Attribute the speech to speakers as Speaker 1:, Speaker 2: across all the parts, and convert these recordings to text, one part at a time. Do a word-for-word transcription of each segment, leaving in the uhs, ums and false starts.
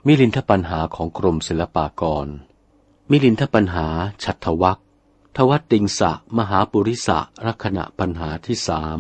Speaker 1: มิลินทปัญหาของกรมศิลปากรมิลินทปัญหาฉัตรวรรคทวัตติงสะมหาปุริสะลักขณะปัญหาที่สาม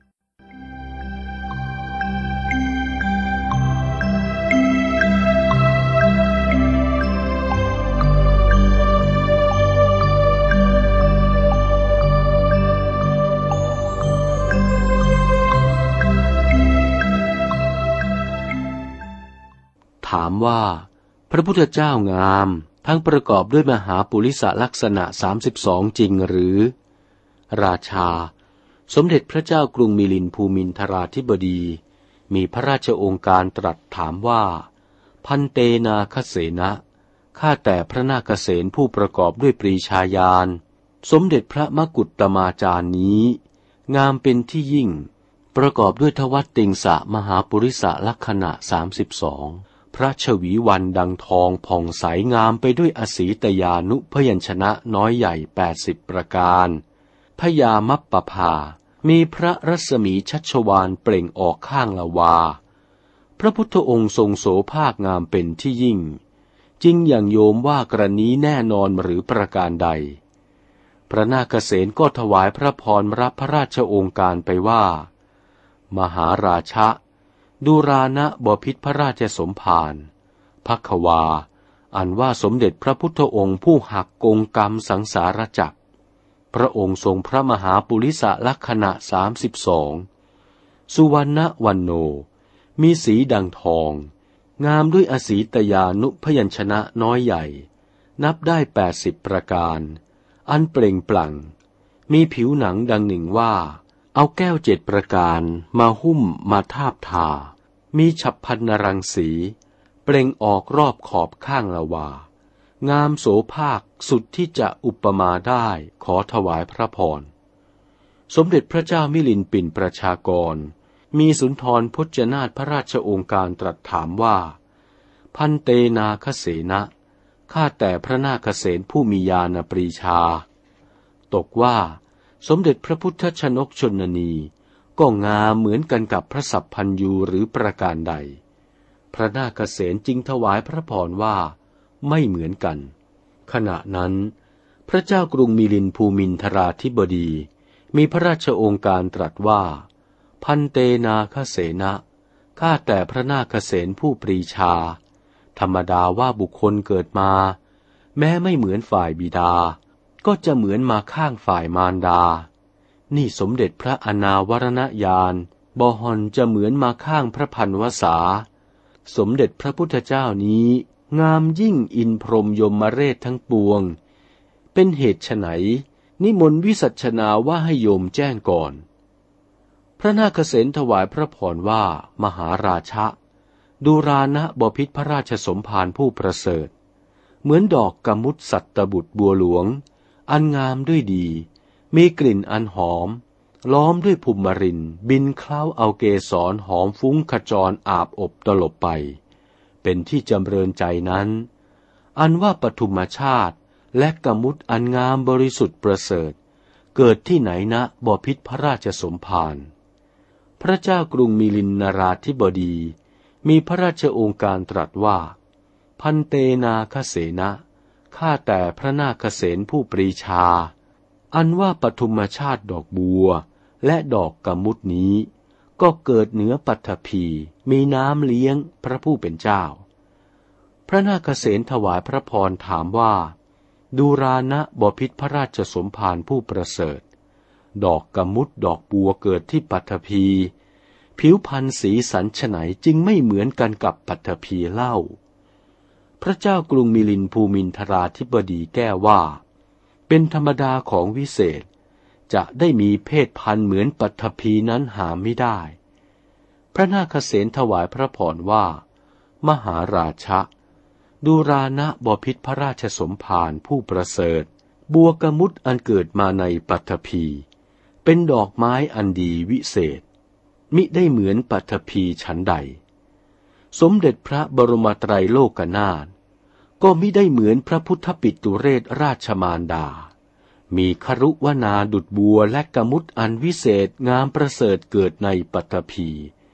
Speaker 1: ถามว่าพระพุทธเจ้างามทั้งประกอบด้วยมหาปุริสลักษณะสามสิบสองจริงหรือราชาสมเด็จพระเจ้ากรุงมิลินภูมินทราธิบดีมีพระราชโองการตรัสถามว่าพันเตนาคเสนะข้าแต่พระนาคเสนผู้ประกอบด้วยปรีชาญาณสมเด็จพระมกุฏตมาจารย์นี้งามเป็นที่ยิ่งประกอบด้วยทวัตติงสะมหาปุริสลักษณะสามสิบสองพระชวีวันดังทองผ่องใสงามไปด้วยอสีตยานุพยัญชนะน้อยใหญ่แปดสิบประการพญามัปปภามีพระรัศมีชัชวาลเปล่งออกข้างละวาพระพุทธองค์ทรงโสภาคงามเป็นที่ยิ่งจริงอย่างโยมว่ากรณีแน่นอนหรือประการใดพระนาคเสนก็ถวายพระพรรับพระราชโองการไปว่ามหาราชะดูรานะบพิตรพระราชสมภารภัควาอันว่าสมเด็จพระพุทธองค์ผู้หักกงกรรมสังสารจักรพระองค์ทรงพระมหาปุริสลักษณะสามสิบสองสุวรรณวันโนมีสีดังทองงามด้วยอสีตยานุพยัญชนะน้อยใหญ่นับได้แปดสิบประการอันเปล่งปลั่งมีผิวหนังดังหนึ่งว่าเอาแก้วเจ็ดประการมาหุ้มมาทาบทามีฉัพพรรณรังสีเปล่งออกรอบขอบข้างละวางามโสภาคสุดที่จะอุปมาได้ขอถวายพระพรสมเด็จพระเจ้ามิลินปินประชากรมีสุนทรพจนาถพระราชโองการตรัสถามว่าพันเตนาคเสนะข้าแต่พระนาคเสนผู้มีญาณปรีชาตกว่าสมเด็จพระพุทธชนกชนนีก็งามเหมือนกันกับพระสัพพัญญูหรือประการใดพระนาคเสนจึงถวายพระพรว่าไม่เหมือนกันขณะนั้นพระเจ้ากรุงมิลินภูมินทราธิบดีมีพระราชโองการตรัสว่าพันเตนาคเสนะข้าแต่พระนาคเสนผู้ปรีชาธรรมดาว่าบุคคลเกิดมาแม้ไม่เหมือนฝ่ายบิดาก็จะเหมือนมาข้างฝ่ายมารดานี่สมเด็จพระอนาวรณญาณบอหอนจะเหมือนมาข้างพระพันวษาสมเด็จพระพุทธเจ้านี้งามยิ่งอินพรหมยมเรศทั้งปวงเป็นเหตุไฉนนิมนต์วิสัชนาว่าให้โยมแจ้งก่อนพระนาคเสนถวายพระพรว่ามหาราชะดูรานะบพิตรพระราชสมภารผู้ประเสริฐเหมือนดอกกมุตสัตตบุตรบัวหลวงอันงามด้วยดีมีกลิ่นอันหอมล้อมด้วยภูมิรินบินเคล้าเอาเกสรหอมฟุ้งขจรอาบอบตลบไปเป็นที่จำเริญใจนั้นอันว่าปฐุมชาติและกมุตอันงามบริสุทธิ์ประเสริฐเกิดที่ไหนนะบพิตรพระราชสมภารพระเจ้ากรุงมิลินนราธิบดีมีพระราชโองการตรัสว่าพันเตนาคเสนะข้าแต่พระนาคเสนผู้ปรีชาอันว่าปฐุมชาติดอกบัวและดอกกมุตนี้ก็เกิดเหนือปัทภีมีน้ำเลี้ยงพระผู้เป็นเจ้าพระนาคเสนถวายพระพรถามว่าดูรานะบพิตรพระราชสมภารผู้ประเสริฐดอกกมุตดอกบัวเกิดที่ปัทภีผิวพรรณสีสันไฉนจึงไม่เหมือนกันกับปัทภีเล่าพระเจ้ากรุงมิลินภูมินทราธิบดีแก้ว่าเป็นธรรมดาของวิเศษจะได้มีเพศพันธุ์เหมือนปัทภีนั้นหาไม่ได้พระนาคเสนถวายพระพรว่ามหาราชะดูรานะบพิตรพระราชสมภารผู้ประเสริฐบัวกมุตอันเกิดมาในปัทภีเป็นดอกไม้อันดีวิเศษมิได้เหมือนปัทภีฉันใดสมเด็จพระบรมไตรโลกนาถก็มิได้เหมือนพระพุทธปิตุเรศราชมารดามีครุวนาดุจบัวและกมุตอันวิเศษงามประเสริฐเกิดในปัทภีเพ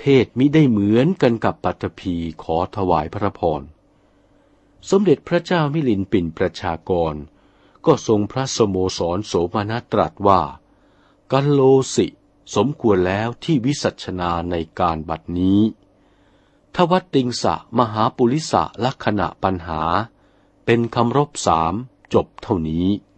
Speaker 1: เพศมิได้เหมือนกันกับปัตภีขอถวายพระพรสมเด็จพระเจ้ามิลินปินประชากรก็ทรงพระสโมสรโสมนัสตรัสว่ากัลโลสิสมควรแล้วที่วิสัชนาในการบัดนี้ทวัตติงสะมหาปุริสะลักขณะปัญหาเป็นคำรบสามจบเท่านี้